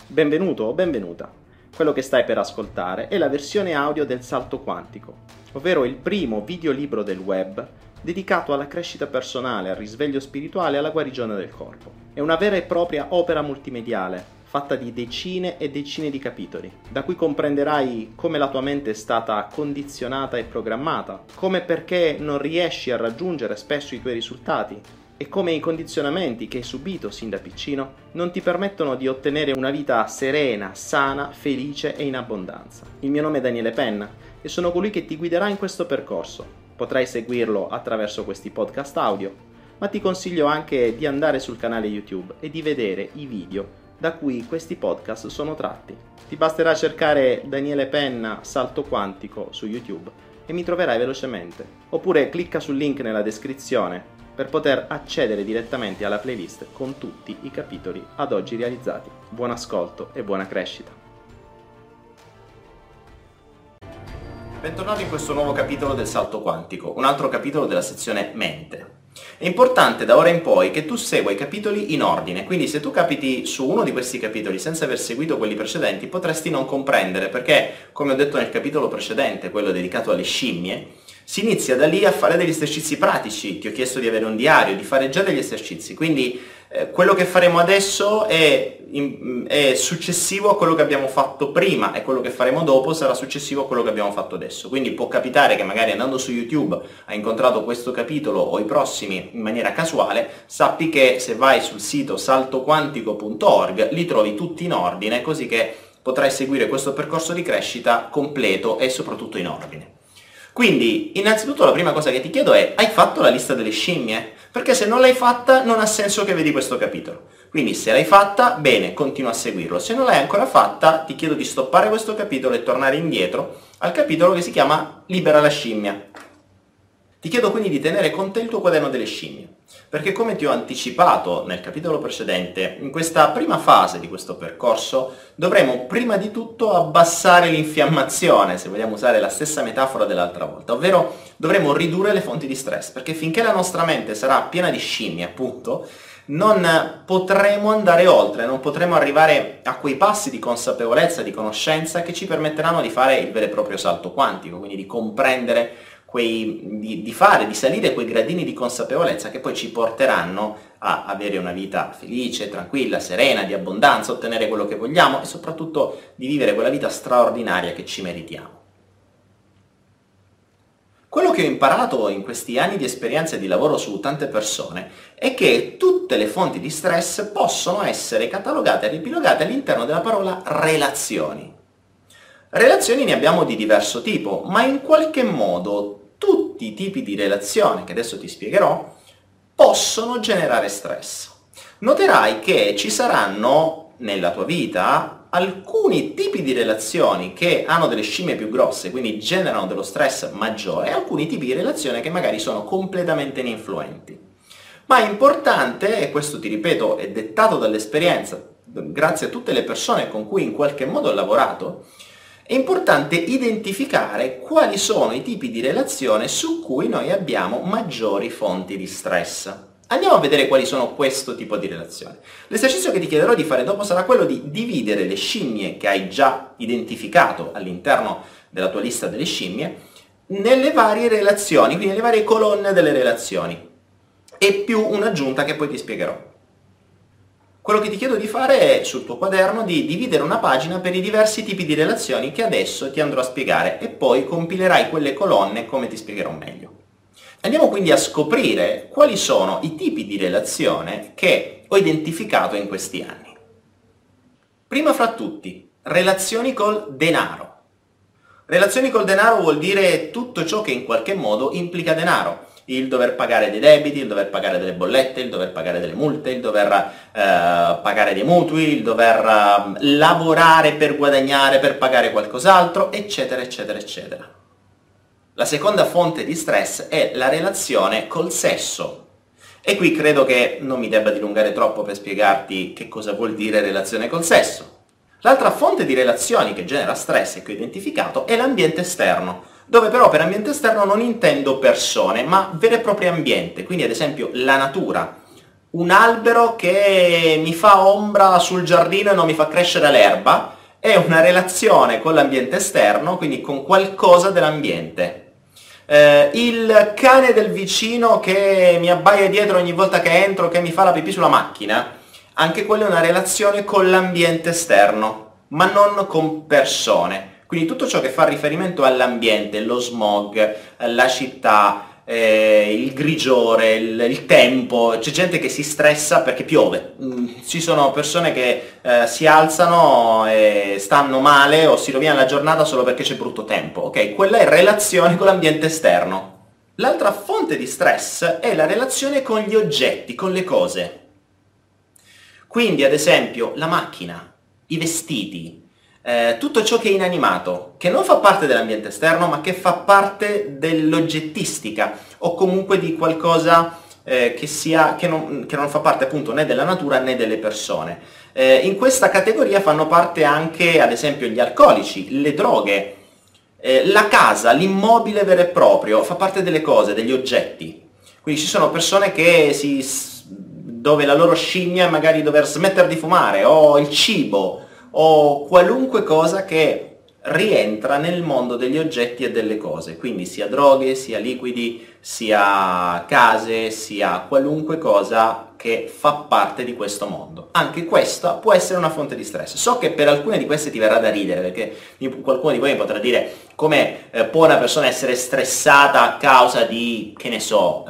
Benvenuto o benvenuta. Quello che stai per ascoltare è la versione audio del Salto Quantico, ovvero il primo videolibro del web dedicato alla crescita personale, al risveglio spirituale e alla guarigione del corpo. È una vera e propria opera multimediale, fatta di decine e decine di capitoli, da cui comprenderai come la tua mente è stata condizionata e programmata, come e perché non riesci a raggiungere spesso i tuoi risultati, e come i condizionamenti che hai subito sin da piccino non ti permettono di ottenere una vita serena, sana, felice e in abbondanza. Il mio nome è Daniele Penna e sono colui che ti guiderà in questo percorso. Potrai seguirlo attraverso questi podcast audio, ma ti consiglio anche di andare sul canale YouTube e di vedere i video da cui questi podcast sono tratti. Ti basterà cercare Daniele Penna Salto Quantico su YouTube e mi troverai velocemente. Oppure clicca sul link nella descrizione per poter accedere direttamente alla playlist con tutti i capitoli ad oggi realizzati. Buon ascolto e buona crescita! Bentornati in questo nuovo capitolo del Salto Quantico, un altro capitolo della sezione Mente. È importante da ora in poi che tu segua i capitoli in ordine, quindi se tu capiti su uno di questi capitoli senza aver seguito quelli precedenti potresti non comprendere, perché, come ho detto nel capitolo precedente, quello dedicato alle scimmie, si inizia da lì a fare degli esercizi pratici. Ti ho chiesto di avere un diario, di fare già degli esercizi, quindi quello che faremo adesso è successivo a quello che abbiamo fatto prima e quello che faremo dopo sarà successivo a quello che abbiamo fatto adesso. Quindi può capitare che magari andando su YouTube hai incontrato questo capitolo o i prossimi in maniera casuale, sappi che se vai sul sito saltoquantico.org li trovi tutti in ordine, così che potrai seguire questo percorso di crescita completo e soprattutto in ordine. Quindi, innanzitutto la prima cosa che ti chiedo è: hai fatto la lista delle scimmie? Perché se non l'hai fatta non ha senso che vedi questo capitolo. Quindi se l'hai fatta, bene, continua a seguirlo. Se non l'hai ancora fatta, ti chiedo di stoppare questo capitolo e tornare indietro al capitolo che si chiama Libera la scimmia. Ti chiedo quindi di tenere con te il tuo quaderno delle scimmie, perché come ti ho anticipato nel capitolo precedente, in questa prima fase di questo percorso dovremo prima di tutto abbassare l'infiammazione, se vogliamo usare la stessa metafora dell'altra volta, ovvero dovremo ridurre le fonti di stress, perché finché la nostra mente sarà piena di scimmie, appunto, non potremo andare oltre, non potremo arrivare a quei passi di consapevolezza, di conoscenza che ci permetteranno di fare il vero e proprio salto quantico, quindi di comprendere di salire quei gradini di consapevolezza che poi ci porteranno a avere una vita felice, tranquilla, serena, di abbondanza, ottenere quello che vogliamo e soprattutto di vivere quella vita straordinaria che ci meritiamo. Quello che ho imparato in questi anni di esperienza e di lavoro su tante persone è che tutte le fonti di stress possono essere catalogate e ripilogate all'interno della parola relazioni. Relazioni ne abbiamo di diverso tipo, ma in qualche modo tutti i tipi di relazioni, che adesso ti spiegherò, possono generare stress. Noterai che ci saranno nella tua vita alcuni tipi di relazioni che hanno delle scimmie più grosse, quindi generano dello stress maggiore, e alcuni tipi di relazioni che magari sono completamente ininfluenti. Ma è importante, e questo ti ripeto è dettato dall'esperienza, grazie a tutte le persone con cui in qualche modo ho lavorato, è importante identificare quali sono i tipi di relazione su cui noi abbiamo maggiori fonti di stress. Andiamo a vedere quali sono questo tipo di relazioni. L'esercizio che ti chiederò di fare dopo sarà quello di dividere le scimmie che hai già identificato all'interno della tua lista delle scimmie nelle varie relazioni, quindi nelle varie colonne delle relazioni, e più un'aggiunta che poi ti spiegherò. Quello che ti chiedo di fare è, sul tuo quaderno, di dividere una pagina per i diversi tipi di relazioni che adesso ti andrò a spiegare e poi compilerai quelle colonne come ti spiegherò meglio. Andiamo quindi a scoprire quali sono i tipi di relazione che ho identificato in questi anni. Prima fra tutti, relazioni col denaro. Relazioni col denaro vuol dire tutto ciò che in qualche modo implica denaro. Il dover pagare dei debiti, il dover pagare delle bollette, il dover pagare delle multe, il dover pagare dei mutui, il dover lavorare per guadagnare, per pagare qualcos'altro, eccetera, eccetera, eccetera. La seconda fonte di stress è la relazione col sesso. E qui credo che non mi debba dilungare troppo per spiegarti che cosa vuol dire relazione col sesso. L'altra fonte di relazioni che genera stress e che ho identificato è l'ambiente esterno, dove però per ambiente esterno non intendo persone, ma vero e proprio ambiente, quindi ad esempio la natura, un albero che mi fa ombra sul giardino e non mi fa crescere l'erba, è una relazione con l'ambiente esterno, quindi con qualcosa dell'ambiente. Il cane del vicino che mi abbaia dietro ogni volta che entro, che mi fa la pipì sulla macchina, anche quella è una relazione con l'ambiente esterno, ma non con persone. Quindi tutto ciò che fa riferimento all'ambiente, lo smog, la città, il grigiore, il tempo, c'è gente che si stressa perché piove, ci sono persone che si alzano e stanno male o si rovina la giornata solo perché c'è brutto tempo, ok? Quella è relazione con l'ambiente esterno. L'altra fonte di stress è la relazione con gli oggetti, con le cose. Quindi, ad esempio, la macchina, i vestiti, tutto ciò che è inanimato, che non fa parte dell'ambiente esterno, ma che fa parte dell'oggettistica, o comunque di qualcosa che non fa parte appunto né della natura né delle persone. In questa categoria fanno parte anche, ad esempio, gli alcolici, le droghe, la casa, l'immobile vero e proprio, fa parte delle cose, degli oggetti. Quindi ci sono persone che dove la loro scimmia è magari dover smettere di fumare, o il cibo, o qualunque cosa che rientra nel mondo degli oggetti e delle cose, quindi sia droghe, sia liquidi, sia case, sia qualunque cosa che fa parte di questo mondo. Anche questa può essere una fonte di stress. So che per alcune di queste ti verrà da ridere, perché qualcuno di voi mi potrà dire come può una persona essere stressata a causa di, che ne so,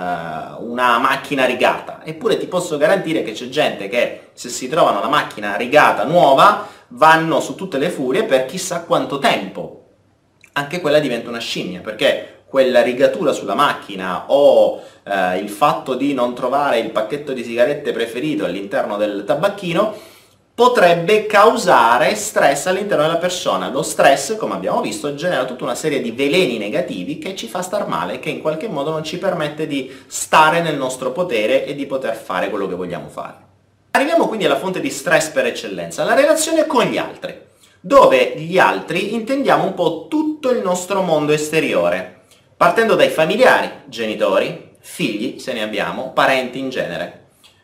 una macchina rigata. Eppure ti posso garantire che c'è gente che se si trovano una macchina rigata nuova vanno su tutte le furie per chissà quanto tempo. Anche quella diventa una scimmia, perché quella rigatura sulla macchina o il fatto di non trovare il pacchetto di sigarette preferito all'interno del tabacchino potrebbe causare stress all'interno della persona. Lo stress, come abbiamo visto, genera tutta una serie di veleni negativi che ci fa star male, che in qualche modo non ci permette di stare nel nostro potere e di poter fare quello che vogliamo fare. Arriviamo quindi alla fonte di stress per eccellenza, la relazione con gli altri, dove gli altri intendiamo un po' tutto il nostro mondo esteriore, partendo dai familiari, genitori, figli, se ne abbiamo, parenti in genere.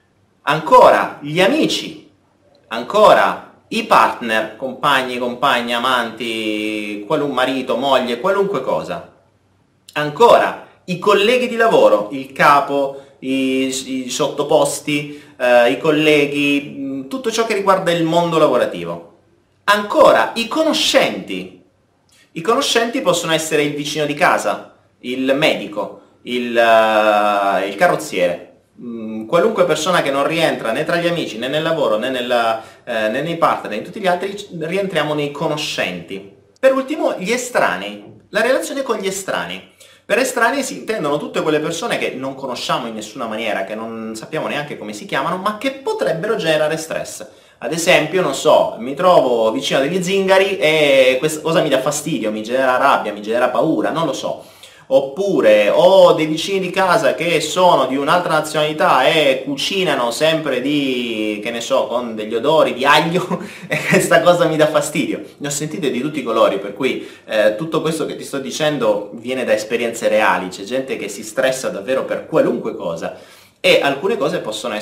Ancora gli amici, ancora i partner, compagni, compagne, amanti, marito, moglie, qualunque cosa. Ancora i colleghi di lavoro, il capo, i sottoposti, i colleghi, tutto ciò che riguarda il mondo lavorativo. Ancora i conoscenti. I conoscenti possono essere il vicino di casa, il medico, il carrozziere, qualunque persona che non rientra né tra gli amici, né nel lavoro, né nei partner, né in tutti gli altri, rientriamo nei conoscenti. Per ultimo, gli estranei, la relazione con gli estranei. Per estranei si intendono tutte quelle persone che non conosciamo in nessuna maniera, che non sappiamo neanche come si chiamano, ma che potrebbero generare stress. Ad esempio, non so, mi trovo vicino a degli zingari e questa cosa mi dà fastidio, mi genera rabbia, mi genera paura, non lo so. Oppure ho dei vicini di casa che sono di un'altra nazionalità e cucinano sempre che ne so, con degli odori di aglio e questa cosa mi dà fastidio. Ne ho sentite di tutti i colori, per cui tutto questo che ti sto dicendo viene da esperienze reali, c'è gente che si stressa davvero per qualunque cosa e alcune cose possono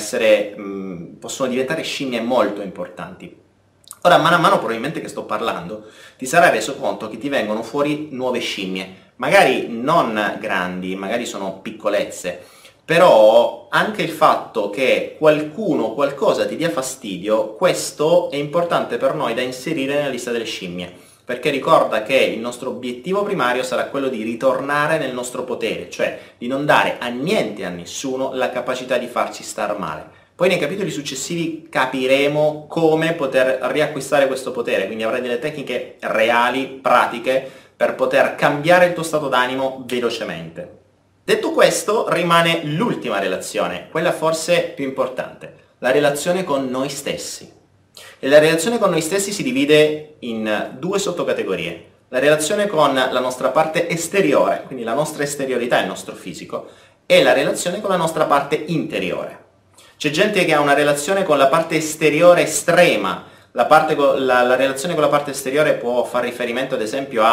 diventare scimmie molto importanti. Ora, mano a mano probabilmente che sto parlando, ti sarai reso conto che ti vengono fuori nuove scimmie, magari non grandi, magari sono piccolezze, però anche il fatto che qualcuno o qualcosa ti dia fastidio, questo è importante per noi da inserire nella lista delle scimmie, perché ricorda che il nostro obiettivo primario sarà quello di ritornare nel nostro potere, cioè di non dare a niente e a nessuno la capacità di farci star male. Poi nei capitoli successivi capiremo come poter riacquistare questo potere, quindi avrai delle tecniche reali, pratiche, per poter cambiare il tuo stato d'animo velocemente. Detto questo, rimane l'ultima relazione, quella forse più importante, la relazione con noi stessi. E la relazione con noi stessi si divide in due sottocategorie. La relazione con la nostra parte esteriore, quindi la nostra esteriorità, il nostro fisico, e la relazione con la nostra parte interiore. C'è gente che ha una relazione con la parte esteriore estrema, la relazione con la parte esteriore può far riferimento ad esempio a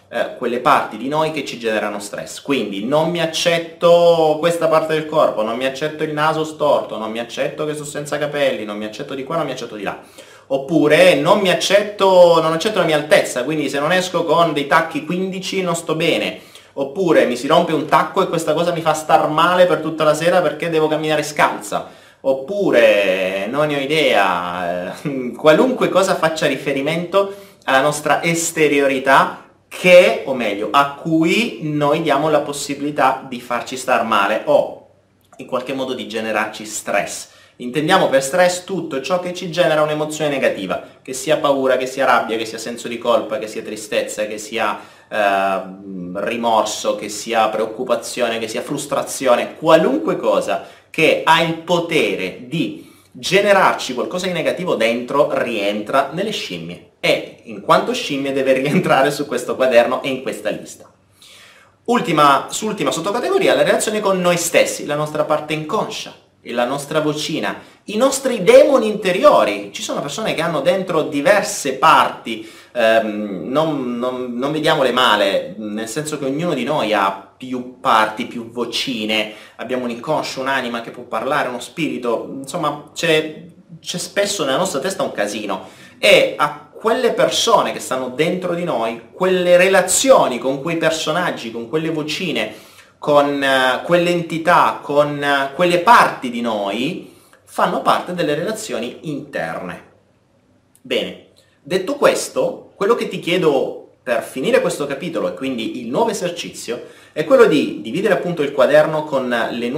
quelle parti di noi che ci generano stress. Quindi non mi accetto questa parte del corpo, non mi accetto il naso storto, non mi accetto che sono senza capelli, non mi accetto di qua, non mi accetto di là. Oppure non accetto la mia altezza, quindi se non esco con dei tacchi 15 non sto bene. Oppure mi si rompe un tacco e questa cosa mi fa star male per tutta la sera perché devo camminare scalza. Oppure, non ne ho idea, qualunque cosa faccia riferimento alla nostra esteriorità che, o meglio, a cui noi diamo la possibilità di farci star male o in qualche modo di generarci stress. Intendiamo per stress tutto ciò che ci genera un'emozione negativa, che sia paura, che sia rabbia, che sia senso di colpa, che sia tristezza, che sia rimorso, che sia preoccupazione, che sia frustrazione, qualunque cosa che ha il potere di generarci qualcosa di negativo dentro rientra nelle scimmie e in quanto scimmie deve rientrare su questo quaderno e in questa lista. Ultima sottocategoria, la relazione con noi stessi, la nostra parte inconscia, la nostra vocina, i nostri demoni interiori. Ci sono persone che hanno dentro diverse parti, non vediamole male, nel senso che ognuno di noi ha più parti, più vocine, abbiamo un inconscio, un'anima che può parlare, uno spirito, insomma c'è spesso nella nostra testa un casino e a quelle persone che stanno dentro di noi, quelle relazioni con quei personaggi, con quelle vocine, con quelle entità, con quelle parti di noi, fanno parte delle relazioni interne. Bene, detto questo, quello che ti chiedo per finire questo capitolo, e quindi il nuovo esercizio, è quello di dividere appunto il quaderno con i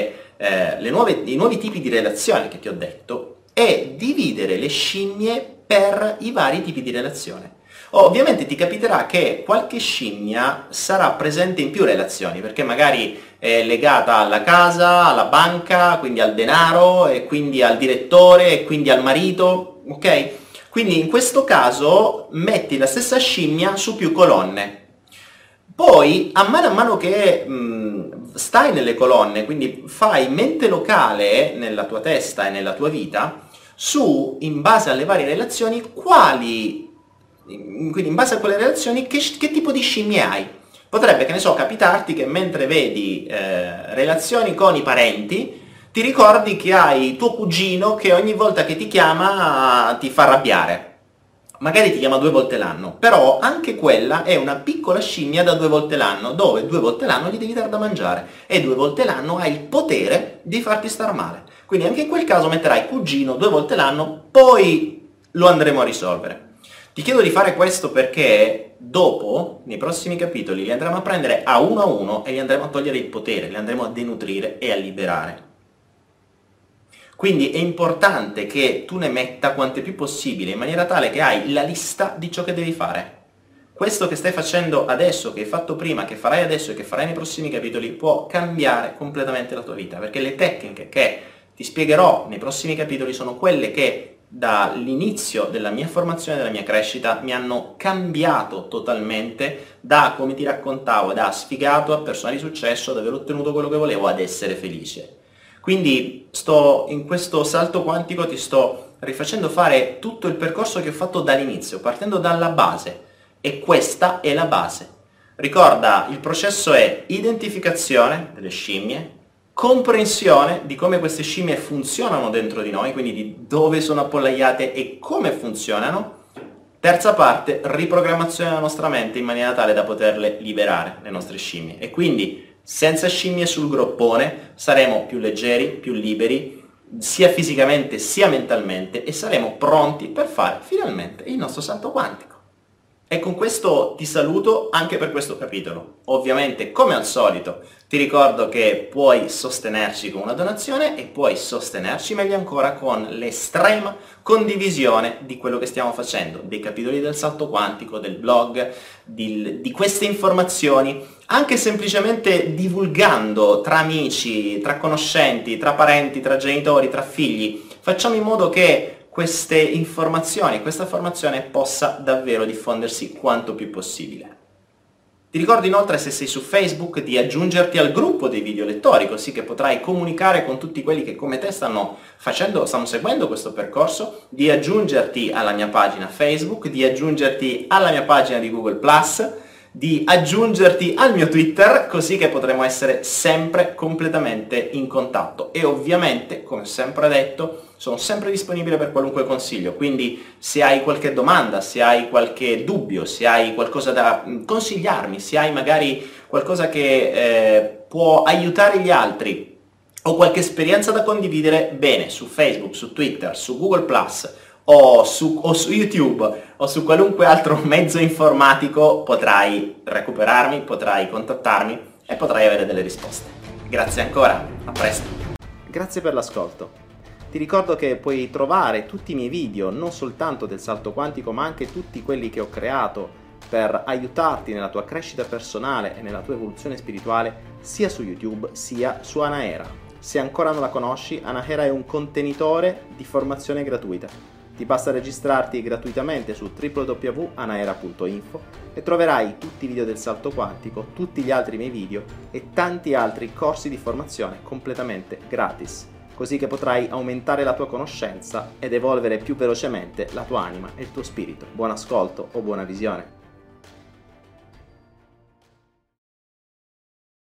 nuovi tipi di relazioni che ti ho detto e dividere le scimmie per i vari tipi di relazione. Ovviamente ti capiterà che qualche scimmia sarà presente in più relazioni, perché magari è legata alla casa, alla banca, quindi al denaro, e quindi al direttore, e quindi al marito, ok? Quindi in questo caso metti la stessa scimmia su più colonne. Poi, a mano che stai nelle colonne, quindi fai mente locale nella tua testa e nella tua vita, in base alle varie relazioni, quindi in base a quelle relazioni, che tipo di scimmie hai. Potrebbe, che ne so, capitarti che mentre vedi relazioni con i parenti, ti ricordi che hai tuo cugino che ogni volta che ti chiama ti fa arrabbiare. Magari ti chiama 2 volte l'anno, però anche quella è una piccola scimmia da 2 volte l'anno, dove 2 volte l'anno gli devi dare da mangiare e 2 volte l'anno hai il potere di farti star male. Quindi anche in quel caso metterai cugino 2 volte l'anno, poi lo andremo a risolvere. Ti chiedo di fare questo perché dopo, nei prossimi capitoli, li andremo a prendere a uno e gli andremo a togliere il potere, li andremo a denutrire e a liberare. Quindi è importante che tu ne metta quante più possibile, in maniera tale che hai la lista di ciò che devi fare. Questo che stai facendo adesso, che hai fatto prima, che farai adesso e che farai nei prossimi capitoli, può cambiare completamente la tua vita, perché le tecniche che ti spiegherò nei prossimi capitoli sono quelle che dall'inizio della mia formazione, della mia crescita, mi hanno cambiato totalmente da, come ti raccontavo, da sfigato a persona di successo, ad aver ottenuto quello che volevo, ad essere felice. Quindi in questo salto quantico ti sto rifacendo fare tutto il percorso che ho fatto dall'inizio, partendo dalla base. E questa è la base. Ricorda, il processo è identificazione delle scimmie, comprensione di come queste scimmie funzionano dentro di noi, quindi di dove sono appollaiate e come funzionano. Terza parte, riprogrammazione della nostra mente in maniera tale da poterle liberare, le nostre scimmie. E quindi senza scimmie sul groppone saremo più leggeri, più liberi, sia fisicamente sia mentalmente, e saremo pronti per fare finalmente il nostro salto quantico. E con questo ti saluto anche per questo capitolo. Ovviamente, come al solito, ti ricordo che puoi sostenerci con una donazione e puoi sostenerci meglio ancora con l'estrema condivisione di quello che stiamo facendo, dei capitoli del salto quantico, del blog, di queste informazioni, anche semplicemente divulgando tra amici, tra conoscenti, tra parenti, tra genitori, tra figli. Facciamo in modo che queste informazioni, questa formazione possa davvero diffondersi quanto più possibile. Ti ricordo inoltre, se sei su Facebook, di aggiungerti al gruppo dei video lettori, così che potrai comunicare con tutti quelli che come te stanno seguendo questo percorso, di aggiungerti alla mia pagina Facebook, di aggiungerti alla mia pagina di Google+, di aggiungerti al mio Twitter, così che potremo essere sempre completamente in contatto. E ovviamente, come sempre detto, sono sempre disponibile per qualunque consiglio, quindi se hai qualche domanda, se hai qualche dubbio, se hai qualcosa da consigliarmi, se hai magari qualcosa che può aiutare gli altri o qualche esperienza da condividere, bene, su Facebook, su Twitter, su Google+, o su YouTube o su qualunque altro mezzo informatico potrai recuperarmi, potrai contattarmi e potrai avere delle risposte. Grazie ancora, a presto. Grazie per l'ascolto. Ti ricordo che puoi trovare tutti i miei video, non soltanto del salto quantico, ma anche tutti quelli che ho creato per aiutarti nella tua crescita personale e nella tua evoluzione spirituale, sia su YouTube sia su Anaera. Se ancora non la conosci, Anaera è un contenitore di formazione gratuita. Ti basta registrarti gratuitamente su www.anaera.info e troverai tutti i video del salto quantico, tutti gli altri miei video e tanti altri corsi di formazione completamente gratis, così che potrai aumentare la tua conoscenza ed evolvere più velocemente la tua anima e il tuo spirito. Buon ascolto o buona visione!